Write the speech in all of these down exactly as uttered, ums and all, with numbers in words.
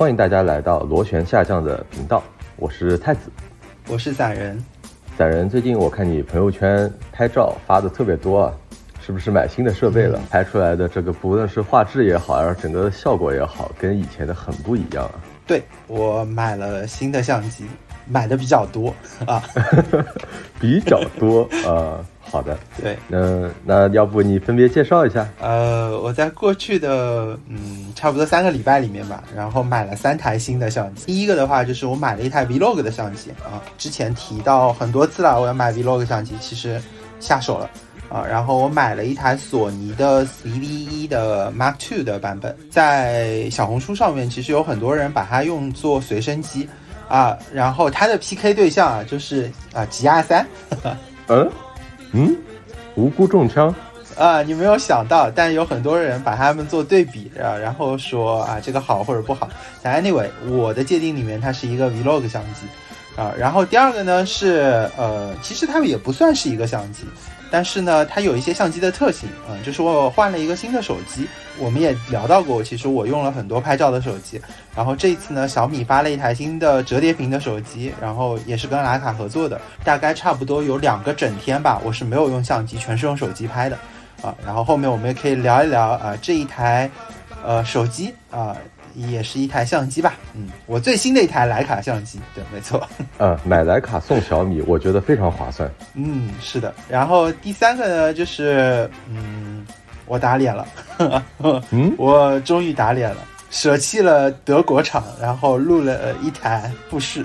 欢迎大家来到螺旋下降的频道，我是太子， 我是散人。 散人，最近我看你朋友圈拍照发的特别多啊，是不是买新的设备了？嗯、拍出来的这个不论是画质也好，还是整个的效果也好，跟以前的很不一样啊。 对，我买了新的相机，买的比较多啊， 比较多啊。好的， 对， 那那要不你分别介绍一下？ 呃，我在过去的嗯差不多三个礼拜里面吧，然后买了三台新的相机。第一个的话就是我买了一台 Vlog 的相机啊，之前提到很多次了，我要买 Vlog 相机，其实下手了啊。然后我买了一台索尼的 C V 一 的 Mark 二 的版本，在小红书上面其实有很多人把它用作随身机啊，然后它的 P K 对象啊就是啊 G R 三。 嗯。嗯，无辜中枪啊！你没有想到，但有很多人把它们做对比啊，然后说啊这个好或者不好。但 anyway， 我的界定里面它是一个 vlog 相机啊。然后第二个呢是呃，其实它也不算是一个相机，但是呢它有一些相机的特性啊，就是我换了一个新的手机。我们也聊到过，其实我用了很多拍照的手机，然后这一次呢小米发了一台新的折叠屏的手机，然后也是跟徕卡合作的，大概差不多有两个整天吧，我是没有用相机，全是用手机拍的啊。然后后面我们也可以聊一聊啊这一台呃手机啊也是一台相机吧，嗯，我最新的一台徕卡相机，对，没错。 呃，买徕卡送小米，我觉得非常划算。 嗯，是的。然后第三个呢就是嗯。我打脸了，嗯，我终于打脸了，舍弃了德国厂，然后录了一台富士，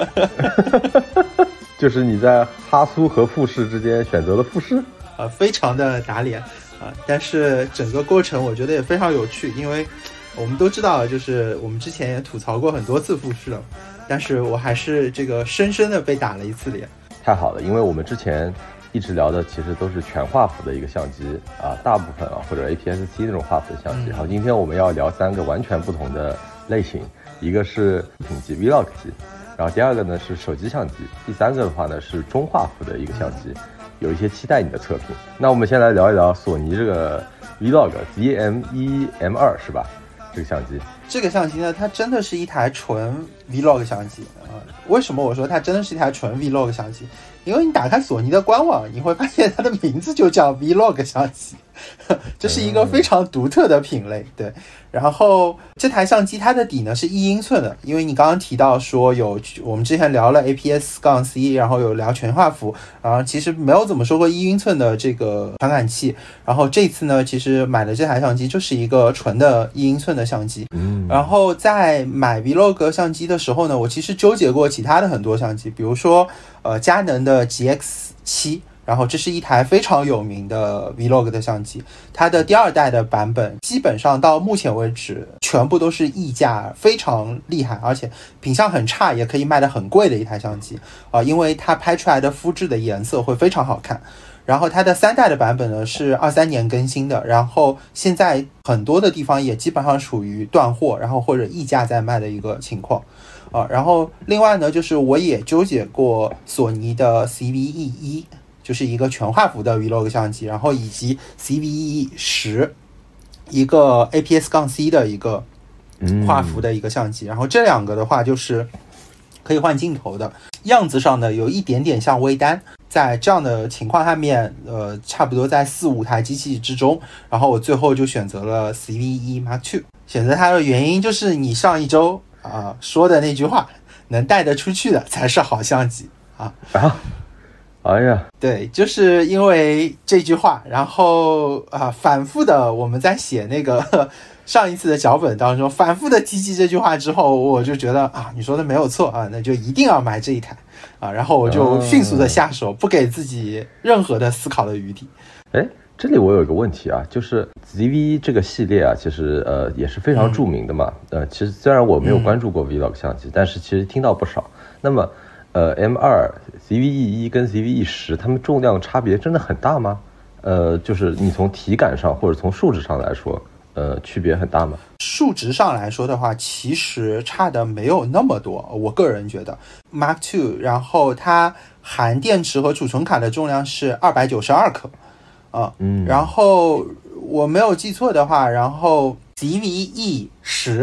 就是你在哈苏和富士之间选择了富士， 呃，非常的打脸啊，但是整个过程我觉得也非常有趣，因为我们都知道，就是我们之前也吐槽过很多次富士了，但是我还是这个深深的被打了一次脸。 太好了，因为我们之前一直聊的其实都是全画幅的一个相机啊，大部分啊或者 A P S C 那种画幅的相机。好，今天我们要聊三个完全不同的类型，一个是品机 Vlog 机，然后第二个呢是手机相机，第三个的话呢是中画幅的一个相机，有一些期待你的测评。那我们先来聊一聊索尼这个 Vlog Z M 一 M 二 是吧？这个相机， 这个相机呢，它真的是一台纯 Vlog 相机啊、呃。为什么我说它真的是一台纯 Vlog 相机？因为你打开索尼的官网，你会发现它的名字就叫 Vlog 相机，这是一个非常独特的品类。对，然后这台相机它的底呢是一英寸的，因为你刚刚提到说有我们之前聊了 A P S C， 然后有聊全画幅，然后其实没有怎么说过一英寸的这个传感器。然后这次呢，其实买的这台相机就是一个纯的一英寸的相机。 嗯， 然后在买 Vlog 相机的时候呢，我其实纠结过其他的很多相机，比如说呃佳能的 G X 七，然后这是一台非常有名的 Vlog 的相机，它的第二代的版本基本上到目前为止全部都是溢价非常厉害，而且品相很差也可以卖得很贵的一台相机啊、呃，因为它拍出来的肤质的颜色会非常好看。然后它的三代的版本呢是二三年更新的，然后现在很多的地方也基本上处于断货，然后或者溢价在卖的一个情况啊。然后另外呢，就是我也纠结过索尼的 C V E 一，就是一个全画幅的 Vlog 相机，然后以及 C V E 十，一个 A P S C 的一个画幅的一个相机。然后这两个的话就是可以换镜头的，样子上呢有一点点像微单。在这样的情况下面，呃，差不多在四五台机器之中，然后我最后就选择了 C V 一 Mark 二。选择它的原因就是你上一周啊、呃、说的那句话，能带得出去的才是好相机啊啊！哎呀， 对，就是因为这句话，然后啊、呃、反复的我们在写那个呵上一次的脚本当中反复的提及这句话之后，我就觉得啊你说的没有错啊，那就一定要买这一台。啊，然后我就迅速的下手，不给自己任何的思考的余地。 哎，这里我有一个问题啊，就是 Z V 这个系列啊，其实呃也是非常著名的嘛。嗯、呃，其实虽然我没有关注过 Vlog 相机，嗯、但是其实听到不少。那么呃 M 二、C V E 一跟 C V E 十，它们重量差别真的很大吗？呃，就是你从体感上或者从数值上来说。呃，区别很大吗？ 数值上来说的话，其实差的没有那么多。我个人觉得 Mark 二，然后它含电池和储存卡的重量是二百九十二克啊，嗯，然后我没有记错的话，然后 C V E 十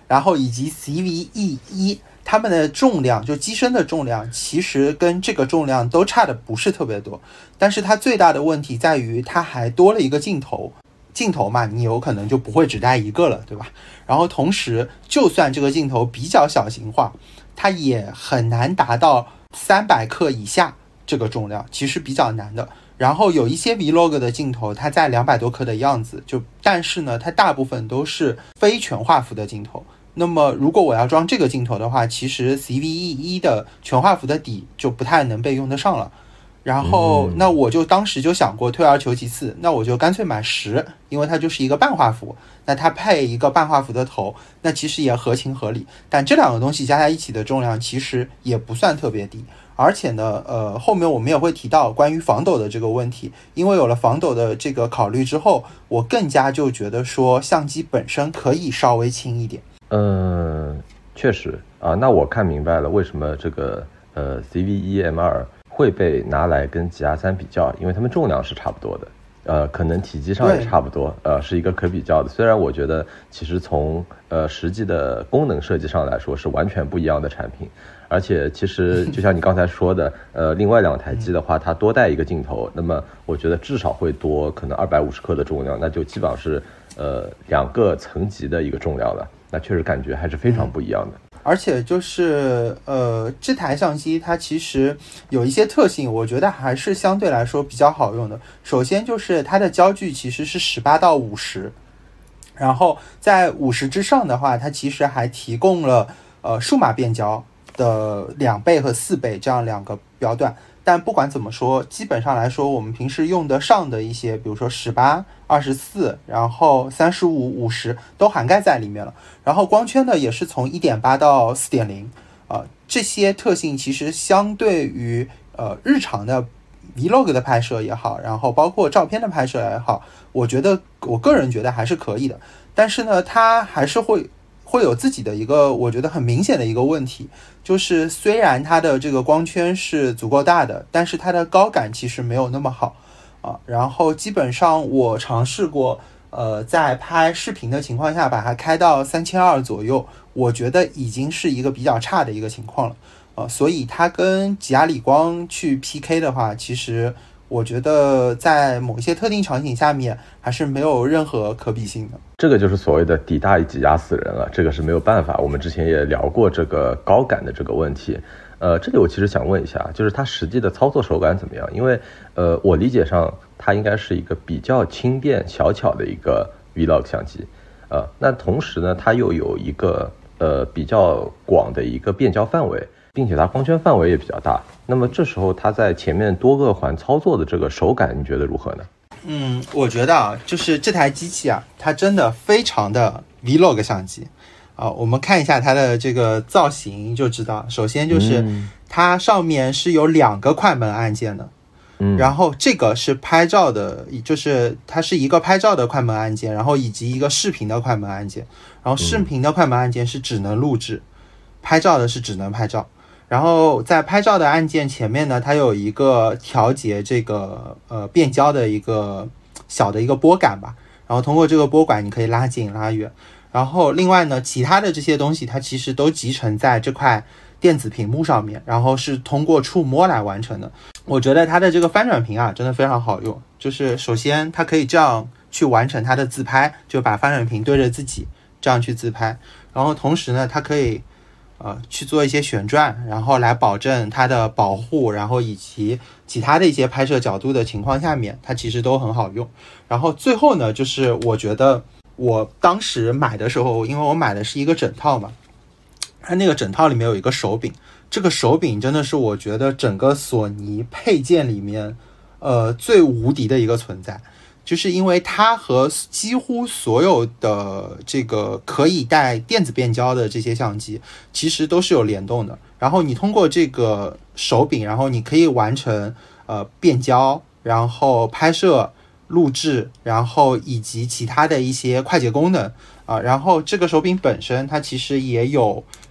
然后以及 C V E 一，它们的重量就机身的重量其实跟这个重量都差的不是特别多，但是它最大的问题在于它还多了一个镜头。镜头嘛，你有可能就不会只带一个了，对吧？然后同时就算这个镜头比较小型化，它也很难达到三百克以下这个重量，其实比较难的。然后有一些 Vlog 的镜头它在两百多克的样子，就但是呢它大部分都是非全画幅的镜头。那么如果我要装这个镜头的话，其实 C V E 一的全画幅的底就不太能被用得上了。然后那我就当时就想过退而求其次，那我就干脆买十，因为它就是一个半画幅，那它配一个半画幅的头，那其实也合情合理。但这两个东西加在一起的重量其实也不算特别低，而且呢呃，后面我们也会提到关于防抖的这个问题，因为有了防抖的这个考虑之后，我更加就觉得说相机本身可以稍微轻一点。 嗯，确实啊，那我看明白了为什么这个呃 C V E M 二会被拿来跟 G R 三比较，因为它们重量是差不多的，呃，可能体积上也差不多，呃，是一个可比较的。虽然我觉得其实从呃实际的功能设计上来说是完全不一样的产品，而且其实就像你刚才说的，呃，另外两台机的话，它多带一个镜头，那么我觉得至少会多可能二百五十克的重量，那就基本上是呃两个层级的一个重量了，那确实感觉还是非常不一样的。 而且就是呃，这台相机它其实有一些特性，我觉得还是相对来说比较好用的。首先就是它的焦距其实是十八到五十，然后在五十之上的话，它其实还提供了呃数码变焦的两倍和四倍这样两个标段。但不管怎么说，基本上来说，我们平时用得上的一些，比如说十八、二十四，然后三十五、五十都涵盖在里面了。然后光圈呢，也是从 一点八 到 四点零，呃，这些特性其实相对于呃日常的 Vlog 的拍摄也好，然后包括照片的拍摄也好，我觉得我个人觉得还是可以的。但是呢，它还是会会有自己的一个我觉得很明显的一个问题，就是虽然它的这个光圈是足够大的，但是它的高感其实没有那么好啊。然后基本上我尝试过呃，在拍视频的情况下把它开到三千二左右，我觉得已经是一个比较差的一个情况了啊。所以它跟吉雅理光去 P K 的话，其实我觉得在某一些特定场景下面还是没有任何可比性的。 这个就是所谓的底大一级压死人了，这个是没有办法。我们之前也聊过这个高感的这个问题。呃，这里我其实想问一下，就是它实际的操作手感怎么样？因为呃，我理解上它应该是一个比较轻便小巧的一个 Vlog 相机，呃，那同时呢，它又有一个呃比较广的一个变焦范围，并且它光圈范围也比较大。那么这时候它在前面多个环操作的这个手感，你觉得如何呢？ 嗯，我觉得啊，就是这台机器啊，它真的非常的 Vlog 相机啊。我们看一下它的这个造型就知道，首先就是它上面是有两个快门按键的，嗯，然后这个是拍照的，就是它是一个拍照的快门按键，然后以及一个视频的快门按键，然后视频的快门按键是只能录制，拍照的是只能拍照。然后在拍照的按键前面呢，它有一个调节这个呃变焦的一个小的一个拨杆吧，然后通过这个拨杆你可以拉近拉远。然后另外呢，其他的这些东西它其实都集成在这块电子屏幕上面，然后是通过触摸来完成的。我觉得它的这个翻转屏啊真的非常好用，就是首先它可以这样去完成它的自拍，就把翻转屏对着自己这样去自拍，然后同时呢它可以呃，去做一些旋转，然后来保证它的保护，然后以及其他的一些拍摄角度的情况下面，它其实都很好用。然后最后呢，就是我觉得我当时买的时候，因为我买的是一个整套嘛，它那个整套里面有一个手柄，这个手柄真的是我觉得整个索尼配件里面呃最无敌的一个存在。就是因为它和几乎所有的这个可以带电子变焦的这些相机其实都是有联动的，然后你通过这个手柄，然后你可以完成呃变焦，然后拍摄、录制，然后以及其他的一些快捷功能啊。然后这个手柄本身它其实也有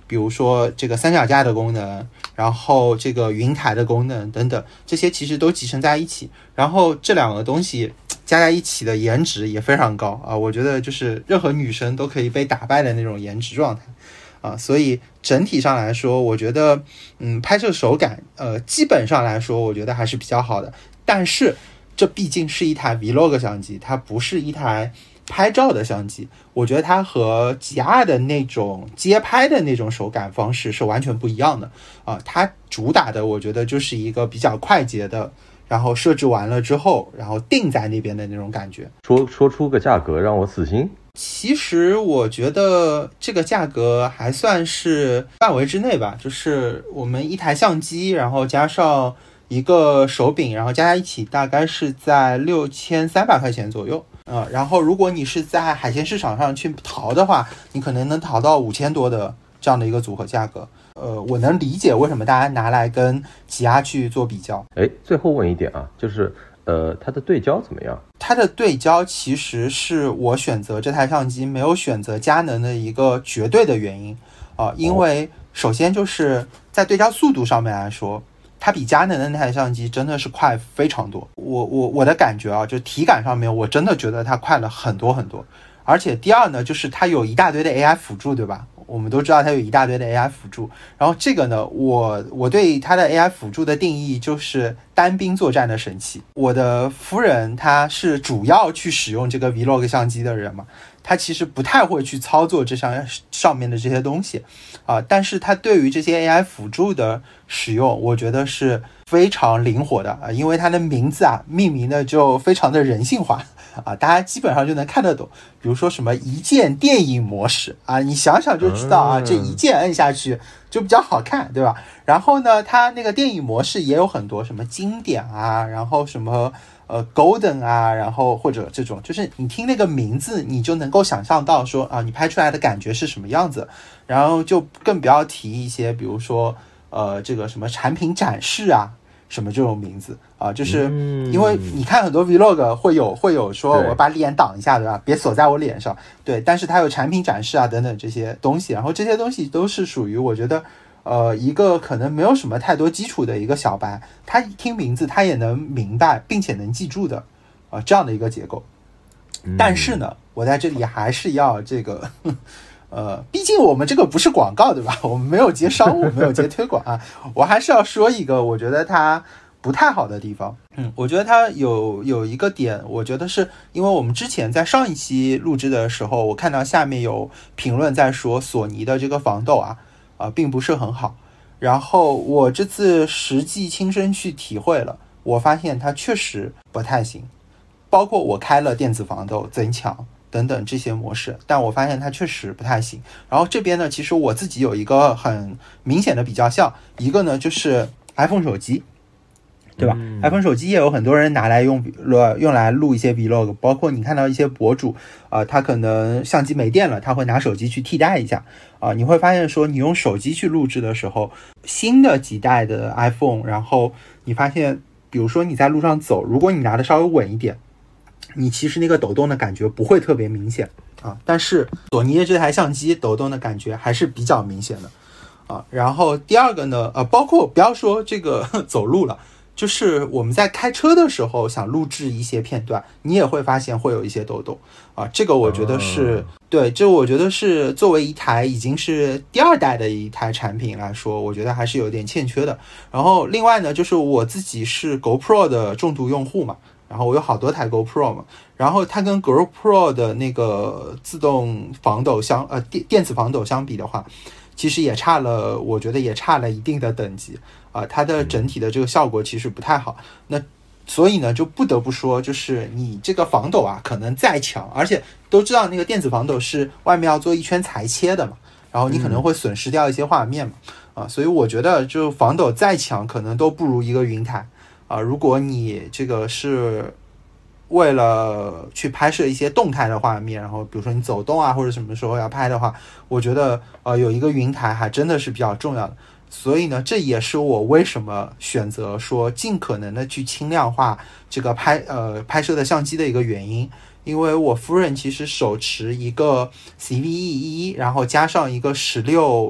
比如说这个三脚架的功能，然后这个云台的功能等等，这些其实都集成在一起，然后这两个东西加在一起的颜值也非常高啊，我觉得就是任何女生都可以被打败的那种颜值状态啊，所以整体上来说，我觉得嗯拍摄手感呃基本上来说我觉得还是比较好的，但是这毕竟是一台 Vlog 相机，它不是一台拍照的相机，我觉得它和 G R 的那种街拍的那种手感方式是完全不一样的啊。它主打的我觉得就是一个比较快捷的，然后设置完了之后，然后定在那边的那种感觉。 说说出个价格让我死心。 其实我觉得这个价格还算是范围之内吧，就是我们一台相机，然后加上一个手柄，然后加在一起大概是在六千三百块钱左右。呃，然后如果你是在海鲜市场上去淘的话，你可能能淘到五千多的这样的一个组合价格。呃，我能理解为什么大家拿来跟起亚去做比较。 哎，最后问一点啊，就是呃，它的对焦怎么样？ 它的对焦其实是我选择这台相机没有选择佳能的一个绝对的原因啊、呃，因为首先就是在对焦速度上面来说，它比佳能的那台相机真的是快非常多。我我我的感觉啊，就体感上面，我真的觉得它快了很多很多。而且第二呢，就是它有一大堆的 A I 辅助，对吧？我们都知道它有一大堆的 A I 辅助。然后这个呢，我我对它的 A I 辅助的定义就是单兵作战的神器。我的夫人她是主要去使用这个 Vlog 相机的人嘛，他其实不太会去操作这上上面的这些东西啊，但是他对于这些 A I 辅助的使用，我觉得是非常灵活的啊，因为它的名字啊命名的就非常的人性化啊，大家基本上就能看得懂。比如说什么一键电影模式啊，你想想就知道啊，这一键摁下去就比较好看，对吧？然后呢，它那个电影模式也有很多什么经典啊，然后什么呃 Golden 啊，然后或者这种，就是你听那个名字，你就能够想象到说啊，你拍出来的感觉是什么样子。然后就更不要提一些，比如说呃这个什么产品展示啊，什么这种名字啊，就是因为你看很多 Vlog 会有会有说我把脸挡一下，对吧？别锁在我脸上，对。但是它有产品展示啊等等这些东西，然后这些东西都是属于我觉得呃一个可能没有什么太多基础的一个小白，他一听名字他也能明白并且能记住的啊、呃、这样的一个结构。但是呢，我在这里还是要这个。呃，毕竟我们这个不是广告，对吧？我们没有接商务，没有接推广啊。我还是要说一个，我觉得它不太好的地方。嗯，我觉得它有有一个点，我觉得是因为我们之前在上一期录制的时候，我看到下面有评论在说索尼的这个防抖啊，啊、呃，并不是很好。然后我这次实际亲身去体会了，我发现它确实不太行。包括我开了电子防抖、增强等等这些模式，但我发现它确实不太行。然后这边呢，其实我自己有一个很明显的比较项，一个呢就是 iPhone 手机，对吧、嗯、iPhone 手机也有很多人拿来用用来录一些 Vlog， 包括你看到一些博主啊、呃，他可能相机没电了，他会拿手机去替代一下啊、呃，你会发现说你用手机去录制的时候，新的几代的 iPhone， 然后你发现比如说你在路上走，如果你拿的稍微稳一点，你其实那个抖动的感觉不会特别明显啊，但是索尼的这台相机抖动的感觉还是比较明显的啊。然后第二个呢，呃，包括不要说这个走路了，就是我们在开车的时候想录制一些片段，你也会发现会有一些抖动啊。这个我觉得是、哦、对，这我觉得是作为一台已经是第二代的一台产品来说，我觉得还是有点欠缺的。然后另外呢，就是我自己是 GoPro 的重度用户嘛。然后我有好多台 GoPro 嘛，然后它跟 GoPro 的那个自动防抖相呃电电子防抖相比的话，其实也差了，我觉得也差了一定的等级啊、呃，它的整体的这个效果其实不太好。那所以呢，就不得不说，就是你这个防抖啊，可能再强，而且都知道那个电子防抖是外面要做一圈裁切的嘛，然后你可能会损失掉一些画面嘛，啊，所以我觉得就防抖再强，可能都不如一个云台。啊，如果你这个是为了去拍摄一些动态的画面，然后比如说你走动啊或者什么时候要拍的话，我觉得呃有一个云台还真的是比较重要的。所以呢，这也是我为什么选择说尽可能的去轻量化这个拍呃拍摄的相机的一个原因。因为我夫人其实手持一个 C V E 一，然后加上一个十六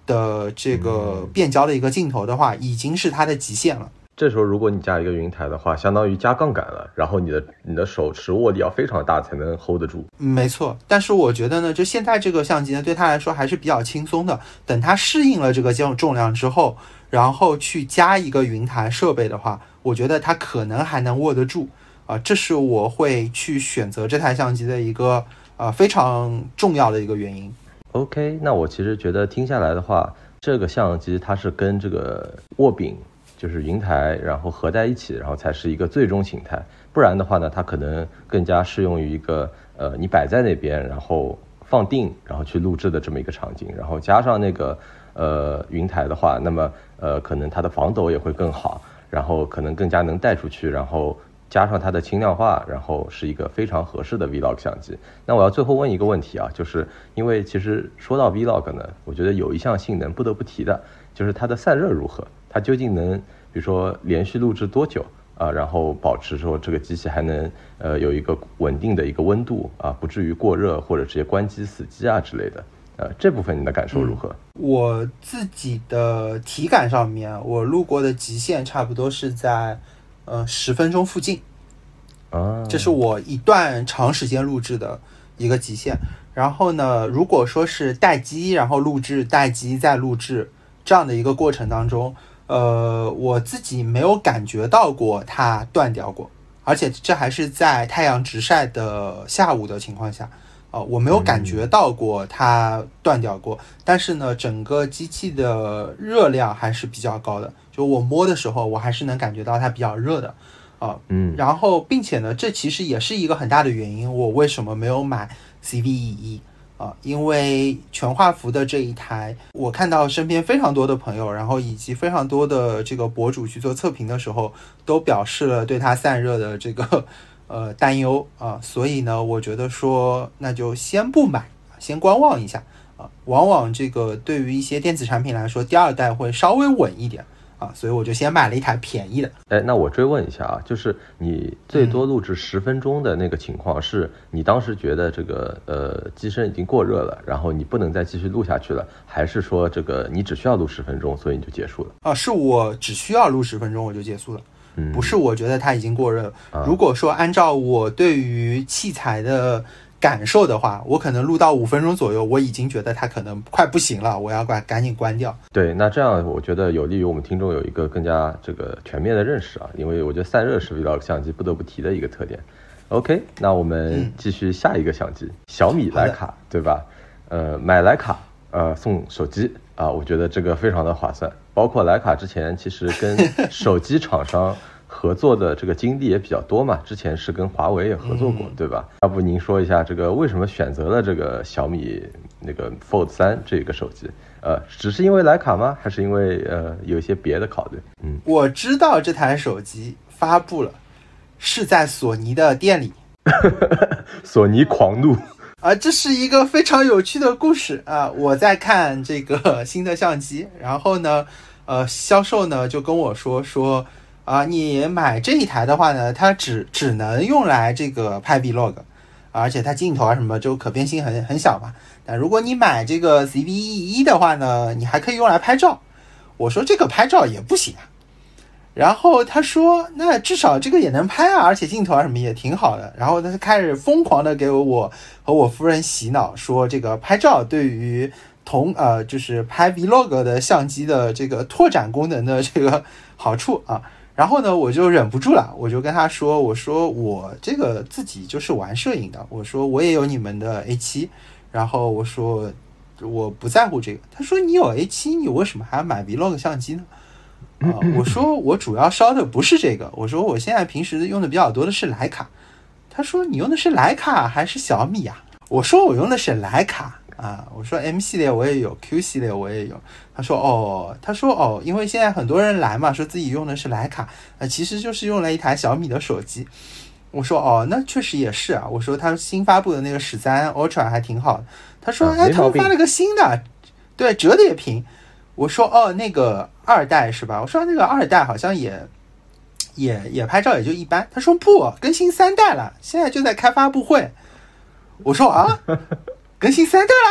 的这个变焦的一个镜头的话，已经是它的极限了。 这时候如果你加一个云台的话，相当于加杠杆了，然后你的你的手持握力要非常大才能 hold 得住。 没错，但是我觉得呢，就现在这个相机呢，对他来说还是比较轻松的。等他适应了这个重量之后，然后去加一个云台设备的话，我觉得他可能还能握得住啊、呃，这是我会去选择这台相机的一个呃非常重要的一个原因。 OK， 那我其实觉得听下来的话，这个相机它是跟这个握柄就是云台然后合在一起，然后才是一个最终形态。不然的话呢，它可能更加适用于一个呃你摆在那边然后放定然后去录制的这么一个场景，然后加上那个呃云台的话，那么呃可能它的防抖也会更好，然后可能更加能带出去，然后加上它的轻量化，然后是一个非常合适的 Vlog 相机。那我要最后问一个问题啊，就是因为其实说到 Vlog 呢，我觉得有一项性能不得不提的，就是它的散热如何，它究竟能比如说连续录制多久啊、呃，然后保持说这个机器还能呃有一个稳定的一个温度啊，不至于过热或者直接关机死机啊之类的。呃，这部分你的感受如何？ 嗯、我自己的体感上面，我录过的极限差不多是在呃十分钟附近啊， 这是我一段长时间录制的一个极限。然后呢，如果说是待机，然后录制，待机再录制这样的一个过程当中，呃，我自己没有感觉到过它断掉过，而且这还是在太阳直晒的下午的情况下，呃，我没有感觉到过它断掉过。但是呢，整个机器的热量还是比较高的，就我摸的时候，我还是能感觉到它比较热的，啊、呃， 嗯， 然后并且呢，这其实也是一个很大的原因，我为什么没有买 C V E 一。啊，因为全画幅的这一台，我看到身边非常多的朋友，然后以及非常多的这个博主去做测评的时候，都表示了对它散热的这个呃担忧啊，所以呢，我觉得说那就先不买，先观望一下啊。往往这个对于一些电子产品来说，第二代会稍微稳一点。啊，所以我就先买了一台便宜的。 哎，那我追问一下啊，就是你最多录制十分钟的那个情况，是你当时觉得这个呃机身已经过热了，然后你不能再继续录下去了，还是说这个你只需要录十分钟，所以你就结束了？ 啊，是我只需要录十分钟我就结束了， 嗯， 不是我觉得它已经过热了。 啊、 如果说按照我对于器材的感受的话，我可能录到五分钟左右，我已经觉得它可能快不行了，我要赶赶紧关掉。 对，那这样我觉得有利于我们听众有一个更加这个全面的认识啊，因为我觉得散热是 Vlog 相机不得不提的一个特点。OK， 那我们继续下一个相机，嗯、小米徕卡，对吧？呃，买徕卡呃送手机啊，我觉得这个非常的划算。包括徕卡之前其实跟手机厂商合作的这个经历也比较多嘛，之前是跟华为也合作过，嗯、对吧？要不您说一下这个为什么选择了这个小米那个 Fold 三这个手机？呃，只是因为徕卡吗？还是因为呃有一些别的考虑？嗯， 我知道这台手机发布了，是在索尼的店里。 索尼狂怒啊，这是一个非常有趣的故事啊！我在看这个新的相机，然后呢，呃，销售呢就跟我说说。啊，你买这一台的话呢，它只只能用来这个拍 Vlog， 而且它镜头啊什么就可变性很很小嘛。但如果你买这个 C V E 一的话呢，你还可以用来拍照。我说这个拍照也不行啊。然后他说，那至少这个也能拍啊，而且镜头啊什么也挺好的。然后他开始疯狂的给我和我夫人洗脑，说这个拍照对于同呃就是拍 Vlog 的相机的这个拓展功能的这个好处啊。然后呢，我就忍不住了，我就跟他说，我说我这个自己就是玩摄影的，我说我也有你们的 A 七，然后我说我不在乎这个。他说你有 A 七，你为什么还要买 Vlog 相机呢？啊、呃，我说我主要烧的不是这个，我说我现在平时用的比较多的是徕卡。他说你用的是徕卡还是小米啊？我说我用的是徕卡。啊，我说 M 系列我也有 ，Q 系列我也有。他说哦，他说哦，因为现在很多人来嘛，说自己用的是徕卡，呃，其实就是用了一台小米的手机。我说哦，那确实也是啊。我说他新发布的那个十三 Ultra 还挺好的。他说、啊、哎，他们发了个新的，对，折叠屏。我说哦，那个二代是吧？我说那个二代好像也也也拍照也就一般。他说不，更新三代了，现在就在开发布会。我说啊。更新三代了，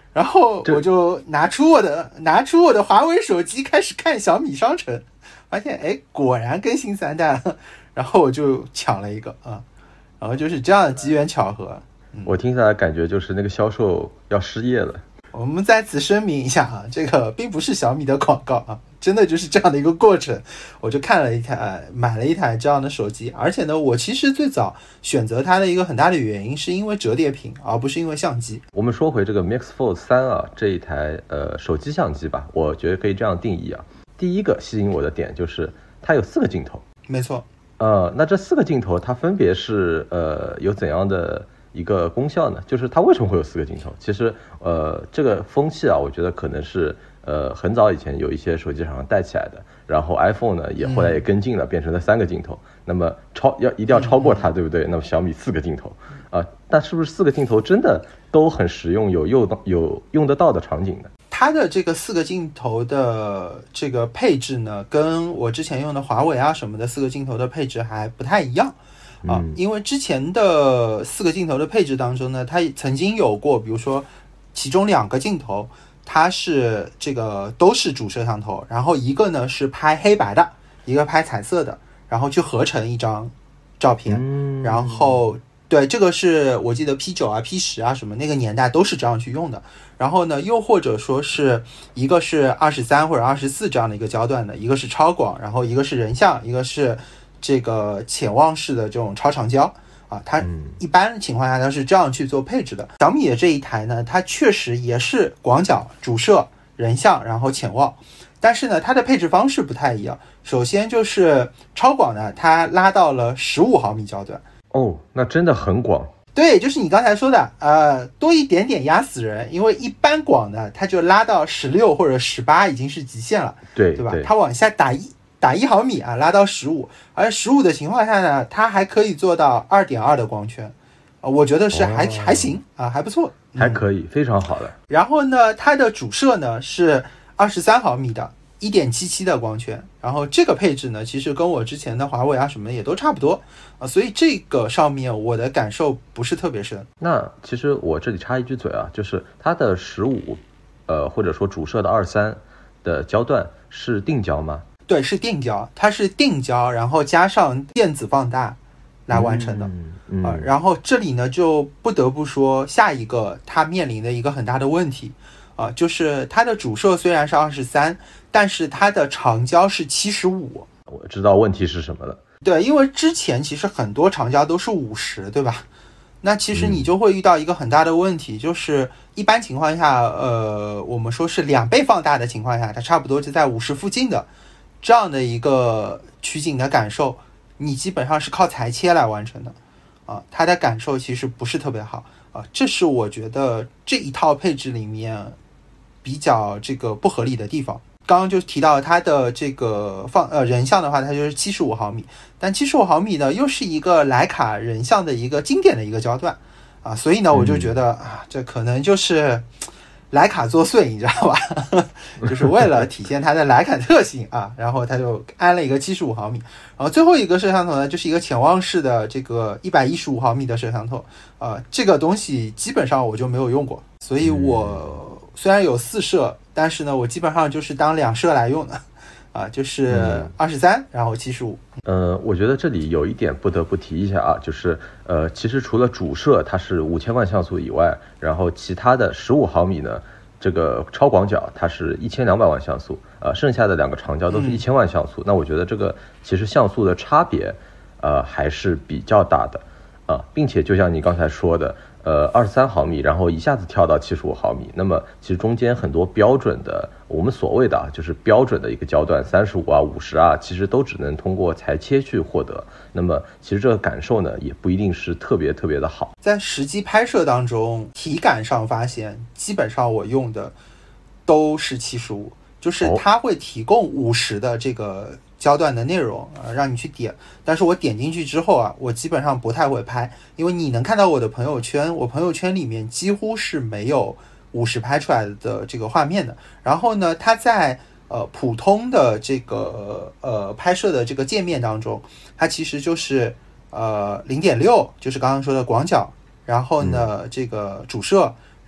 然后我就拿出我的拿出我的华为手机开始看小米商城，发现哎果然更新三代了，然后我就抢了一个啊，然后就是这样的机缘巧合。 嗯、我听下来感觉就是那个销售要失业了。 我们在此声明一下啊，这个并不是小米的广告啊，真的就是这样的一个过程。我就看了一台，买了一台这样的手机，而且呢，我其实最早选择它的一个很大的原因是因为折叠屏，而不是因为相机。 我们说回这个 Mix Fold 三啊，这一台呃手机相机吧，我觉得可以这样定义啊。第一个吸引我的点就是它有四个镜头。 没错。 呃，那这四个镜头它分别是呃有怎样的一个功效呢？就是它为什么会有四个镜头？其实呃这个风气啊，我觉得可能是呃很早以前有一些手机厂商带起来的，然后 iPhone 呢也后来也跟进了，嗯、变成了三个镜头。那么超要一定要超过它，嗯、对不对？那么小米四个镜头啊，那是不是四个镜头真的都很实用，有用有用得到的场景呢？ 它的这个四个镜头的这个配置呢，跟我之前用的华为啊什么的四个镜头的配置还不太一样。啊，因为之前的四个镜头的配置当中呢，它曾经有过，比如说其中两个镜头它是这个都是主摄像头，然后一个呢是拍黑白的，一个拍彩色的，然后去合成一张照片。嗯、然后对，这个是我记得 P 九 啊 P 十 啊什么那个年代都是这样去用的。然后呢，又或者说是一个是二十三或者二十四这样的一个焦段的，一个是超广，然后一个是人像，一个是这个潜望式的这种超长焦啊，它一般情况下它是这样去做配置的。小米的这一台呢，它确实也是广角、主摄、人像，然后潜望，但是呢，它的配置方式不太一样。首先就是超广呢，它拉到了十五毫米焦段。 哦，那真的很广。 对，就是你刚才说的，呃，多一点点压死人，因为一般广呢，它就拉到十六或者十八已经是极限了， 对对吧？它往下打一。打一毫米啊，拉到十五，而十五的情况下呢，它还可以做到二点二的光圈，呃，我觉得是还、哦、还行啊，还不错， 还可以，嗯、非常好的。 然后呢，它的主摄呢是二十三毫米的 一点七七 的光圈，然后这个配置呢，其实跟我之前的华为啊什么的也都差不多啊，所以这个上面我的感受不是特别深。 那其实我这里插一句嘴啊，就是它的十五，呃，或者说主摄的二十三的焦段是定焦吗？ 对，是定焦，它是定焦，然后加上电子放大来完成的。 嗯嗯呃、然后这里呢，就不得不说下一个它面临的一个很大的问题啊、呃，就是它的主摄虽然是二十三，但是它的长焦是七十五。 我知道问题是什么了。 对，因为之前其实很多长焦都是五十，对吧？那其实你就会遇到一个很大的问题，嗯、就是一般情况下，呃，我们说是两倍放大的情况下，它差不多就在五十附近的。这样的一个取景的感受，你基本上是靠裁切来完成的，啊，它的感受其实不是特别好啊，这是我觉得这一套配置里面比较这个不合理的地方。刚刚就提到它的这个放呃人像的话，它就是七十五毫米，但七十五毫米呢又是一个徕卡人像的一个经典的一个焦段啊，所以呢我就觉得啊，这可能就是徕卡作祟，你知道吧？就是为了体现它的徕卡特性啊，然后它就安了一个七十五毫米。然后最后一个摄像头呢，就是一个潜望式的这个一百一十五毫米的摄像头。呃，这个东西基本上我就没有用过，所以我虽然有四摄，但是呢，我基本上就是当两摄来用的。啊，就是二十三，然后七十五。 呃，我觉得这里有一点不得不提一下啊，就是呃，其实除了主摄它是五千万像素以外，然后其他的十五毫米呢，这个超广角它是一千两百万像素，呃，剩下的两个长焦都是一千万像素。嗯、那我觉得这个其实像素的差别，呃，还是比较大的啊、呃，并且就像你刚才说的。呃，二十三毫米，然后一下子跳到七十五毫米，那么其实中间很多标准的，我们所谓的啊，就是标准的一个焦段，三十五啊、五十啊，其实都只能通过裁切去获得。那么其实这个感受呢，也不一定是特别特别的好。 在实际拍摄当中，体感上发现，基本上我用的都是七十五，就是它会提供五十的这个焦段的内容啊、呃，让你去点，但是我点进去之后啊，我基本上不太会拍，因为你能看到我的朋友圈，我朋友圈里面几乎是没有五十拍出来的这个画面的。然后呢，它在呃普通的这个呃拍摄的这个界面当中，它其实就是呃 零点六， 就是刚刚说的广角，然后呢、嗯、这个主摄，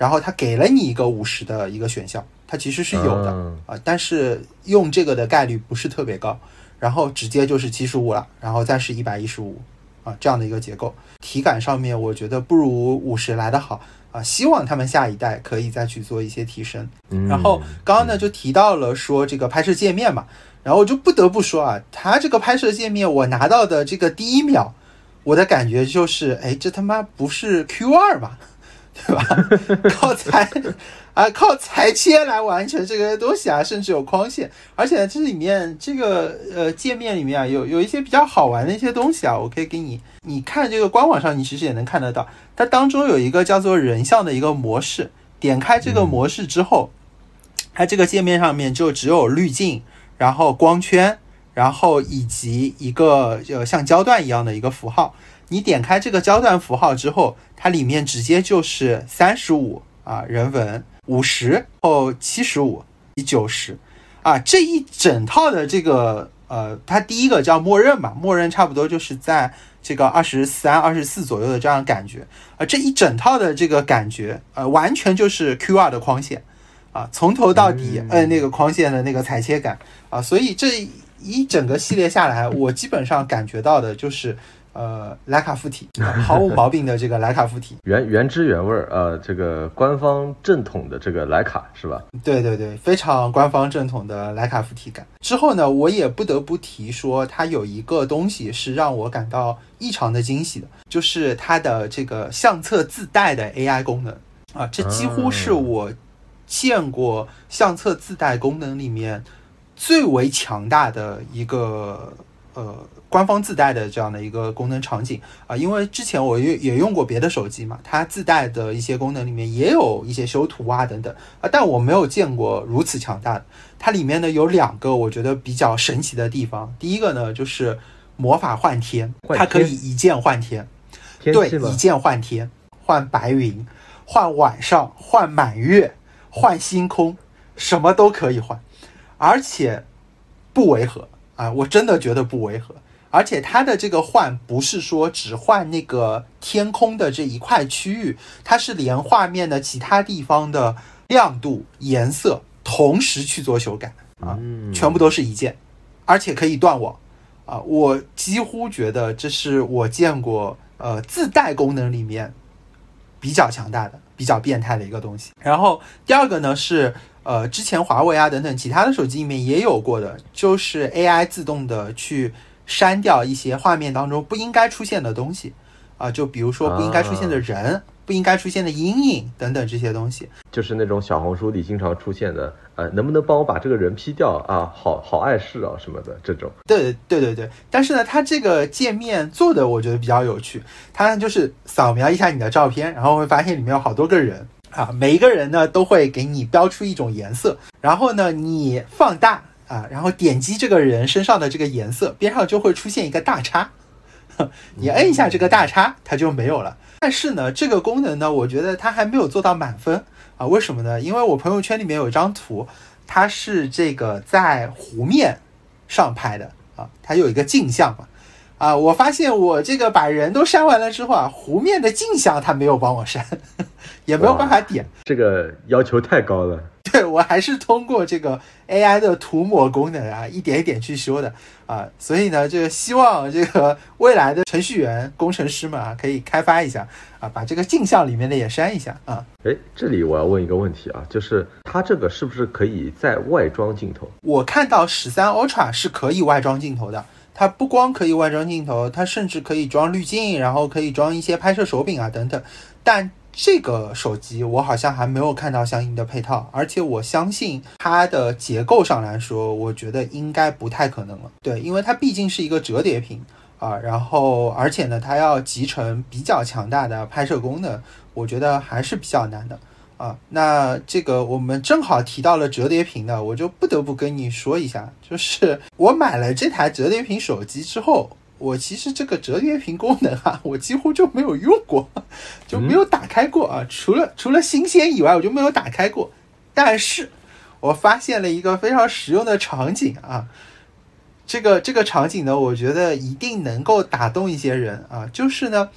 然后它给了你一个五十的一个选项，它其实是有的啊、呃，但是用这个的概率不是特别高，然后直接就是七十五了，然后再是一百一十五啊，这样的一个结构，体感上面我觉得不如五十来得好啊，希望他们下一代可以再去做一些提升。然后刚刚呢就提到了说这个拍摄界面嘛，然后我就不得不说啊，它这个拍摄界面我拿到的这个第一秒，我的感觉就是，哎，这他妈不是 Q 二 吗？对吧？靠裁啊，靠裁切来完成这个东西啊，甚至有框线，而且这里面这个呃界面里面啊，有有一些比较好玩的一些东西啊，我可以给你，你看这个官网上你其实也能看得到，它当中有一个叫做人像的一个模式，点开这个模式之后，它这个界面上面就只有滤镜，然后光圈，然后以及一个呃像焦段一样的一个符号。你点开这个焦段符号之后，它里面直接就是三十五啊人文，五十后七十五九十啊，这一整套的这个呃，它第一个叫默认嘛，默认差不多就是在这个二十三、二十四左右的这样感觉啊，这一整套的这个感觉呃，完全就是 Q 二 的框线啊，从头到底摁、呃、那个框线的那个裁切感啊，所以这一整个系列下来，我基本上感觉到的就是。呃，徕卡附体，毫无毛病的这个徕卡附体， 原原汁原味儿，呃，这个官方正统的这个徕卡是吧？ 对对对，非常官方正统的徕卡附体感。之后呢，我也不得不提说，它有一个东西是让我感到异常的惊喜的，就是它的这个相册自带的 A I 功能啊，这几乎是我见过相册自带功能里面最为强大的一个呃。官方自带的这样的一个功能场景啊、呃，因为之前我也也用过别的手机嘛，它自带的一些功能里面也有一些修图啊等等啊，但我没有见过如此强大的。它里面呢有两个我觉得比较神奇的地方，第一个呢就是魔法换天，它可以一键换天，对，一键换天，换白云，换晚上，换满月，换星空，什么都可以换，而且不违和啊，我真的觉得不违和。而且它的这个换不是说只换那个天空的这一块区域，它是连画面的其他地方的亮度、颜色同时去做修改啊，全部都是一键，而且可以断网啊！我几乎觉得这是我见过呃自带功能里面比较强大的、比较变态的一个东西。然后第二个呢是呃之前华为啊等等其他的手机里面也有过的，就是 A I 自动的去删掉一些画面当中不应该出现的东西啊，就比如说不应该出现的人、啊、不应该出现的阴影等等这些东西， 就是那种小红书里经常出现的，呃，能不能帮我把这个人 P 掉啊？好好碍事啊什么的这种。 对对对对，但是呢，它这个界面做的我觉得比较有趣，它就是扫描一下你的照片，然后会发现里面有好多个人啊，每一个人呢都会给你标出一种颜色，然后呢你放大。啊，然后点击这个人身上的这个颜色，边上就会出现一个大叉，你摁一下这个大叉，它就没有了。但是呢，这个功能呢，我觉得它还没有做到满分啊。为什么呢？因为我朋友圈里面有一张图，它是这个在湖面上拍的啊，它有一个镜像嘛。啊，我发现我这个把人都删完了之后啊，湖面的镜像它没有帮我删，也没有办法点。 这个要求太高了。 对，我还是通过这个 A I 的涂抹功能啊，一点一点去修的啊，所以呢，这个希望这个未来的程序员、工程师们啊，可以开发一下啊，把这个镜像里面的也删一下啊。 哎，这里我要问一个问题啊，就是它这个是不是可以再外装镜头？ 我看到十三 Ultra 是可以外装镜头的，它不光可以外装镜头，它甚至可以装滤镜，然后可以装一些拍摄手柄啊等等，但这个手机我好像还没有看到相应的配套，而且我相信它的结构上来说，我觉得应该不太可能了。对，因为它毕竟是一个折叠屏啊，然后而且呢，它要集成比较强大的拍摄功能，我觉得还是比较难的啊。那这个我们正好提到了折叠屏呢，我就不得不跟你说一下，就是我买了这台折叠屏手机之后，我其实这个折叠屏功能啊，我几乎就没有用过，就没有打开过啊。除了除了新鲜以外，我就没有打开过。但是我发现了一个非常实用的场景啊，这个这个场景呢，我觉得一定能够打动一些人啊。就是呢，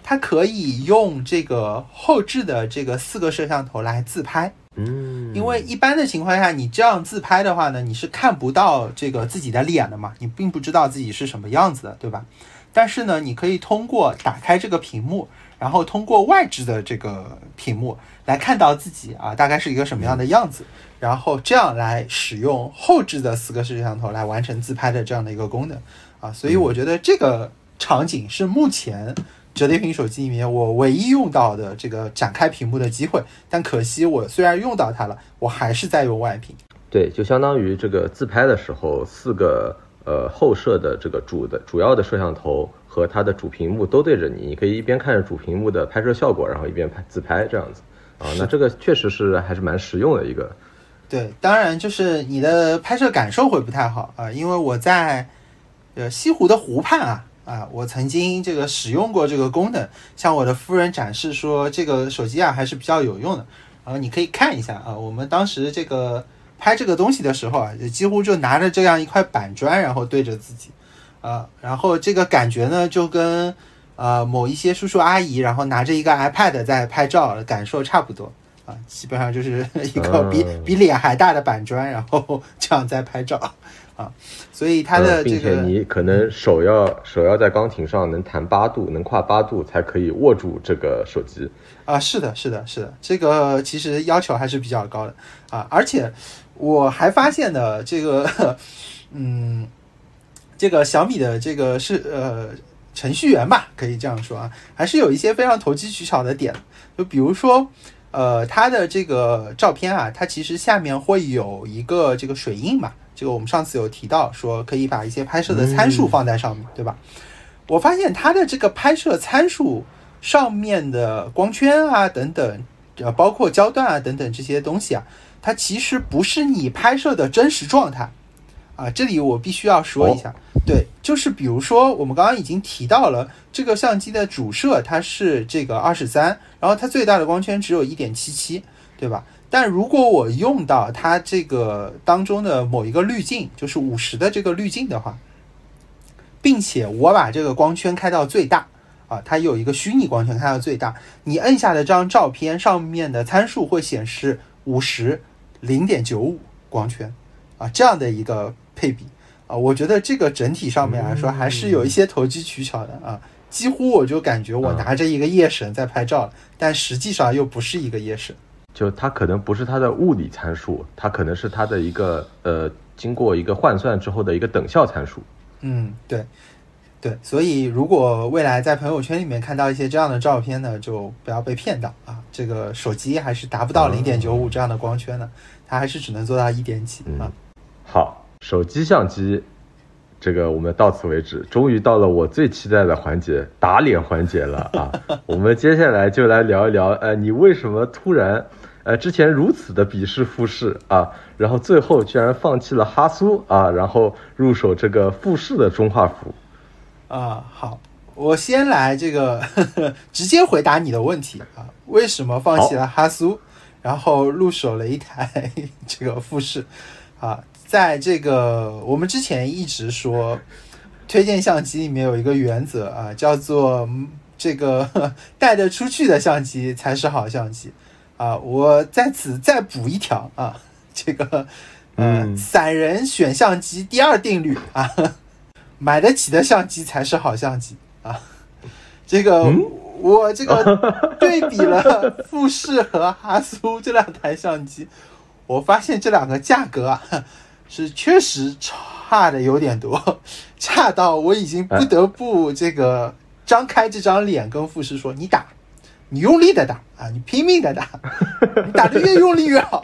它可以用这个后置的这个四个摄像头来自拍。 嗯， 因为一般的情况下，你这样自拍的话呢，你是看不到这个自己的脸的嘛，你并不知道自己是什么样子的，对吧？但是呢，你可以通过打开这个屏幕，然后通过外置的这个屏幕来看到自己啊大概是一个什么样的样子，然后这样来使用后置的四个摄像头来完成自拍的这样的一个功能啊，所以我觉得这个场景是目前折叠屏手机里面我唯一用到的这个展开屏幕的机会，但可惜我虽然用到它了，我还是在用外屏。 对，就相当于这个自拍的时候，四个呃后摄的这个主的主要的摄像头和它的主屏幕都对着你，你可以一边看着主屏幕的拍摄效果，然后一边拍自拍这样子啊。那这个确实是还是蛮实用的一个。 对，当然就是你的拍摄感受会不太好啊，因为我在呃西湖的湖畔啊。啊，我曾经这个使用过这个功能，向我的夫人展示说这个手机啊还是比较有用的。然后你可以看一下啊，我们当时这个拍这个东西的时候啊，几乎就拿着这样一块板砖，然后对着自己，啊，然后这个感觉呢就跟呃某一些叔叔阿姨，然后拿着一个 iPad 在拍照，感受差不多啊，基本上就是一个比、嗯、比脸还大的板砖，然后这样在拍照。啊，所以它的这个、 嗯，并且你可能手要手要在钢琴上能弹八度，能跨八度才可以握住这个手机。 啊，是的，是的，是的，这个其实要求还是比较高的啊。而且我还发现的这个，嗯，这个小米的这个是呃程序员吧，可以这样说啊，还是有一些非常投机取巧的点。就比如说，呃，它的这个照片啊，它其实下面会有一个这个水印嘛。这个我们上次有提到说可以把一些拍摄的参数放在上面、嗯、对吧？我发现它的这个拍摄参数上面的光圈啊等等，呃，包括焦段啊等等这些东西啊，它其实不是你拍摄的真实状态啊。这里我必须要说一下、哦、对，就是比如说我们刚刚已经提到了这个相机的主摄它是这个二十三，然后它最大的光圈只有 一点七七， 对吧？但如果我用到它这个当中的某一个滤镜，就是五十的这个滤镜的话，并且我把这个光圈开到最大啊，它有一个虚拟光圈开到最大，你摁下的这张照片上面的参数会显示五十 零点九五 光圈啊，这样的一个配比啊，我觉得这个整体上面来说还是有一些投机取巧的啊，几乎我就感觉我拿着一个夜神在拍照，但实际上又不是一个夜神。 就它可能不是它的物理参数，它可能是它的一个呃经过一个换算之后的一个等效参数。 嗯，对对，所以如果未来在朋友圈里面看到一些这样的照片呢，就不要被骗到啊，这个手机还是达不到 零点九五 这样的光圈的，它还是只能做到一点几啊、嗯。 好，手机相机这个我们到此为止，终于到了我最期待的环节，打脸环节了啊！我们接下来就来聊一聊，呃，你为什么突然，呃，之前如此的鄙视富士啊，然后最后居然放弃了哈苏啊，然后入手这个富士的中画幅啊？好，我先来这个呵呵直接回答你的问题啊，为什么放弃了哈苏，然后入手了一台这个富士啊？在这个我们之前一直说推荐相机里面有一个原则啊，叫做这个带得出去的相机才是好相机啊。我在此再补一条啊，这个呃、嗯、散人选相机第二定律啊，买得起的相机才是好相机啊。这个、嗯、我这个对比了富士和哈苏这两台相机，我发现这两个价格啊是确实差的有点多，差到我已经不得不这个张开这张脸跟富士说，你打，你用力的打啊，你拼命的打，你打得越用力越好。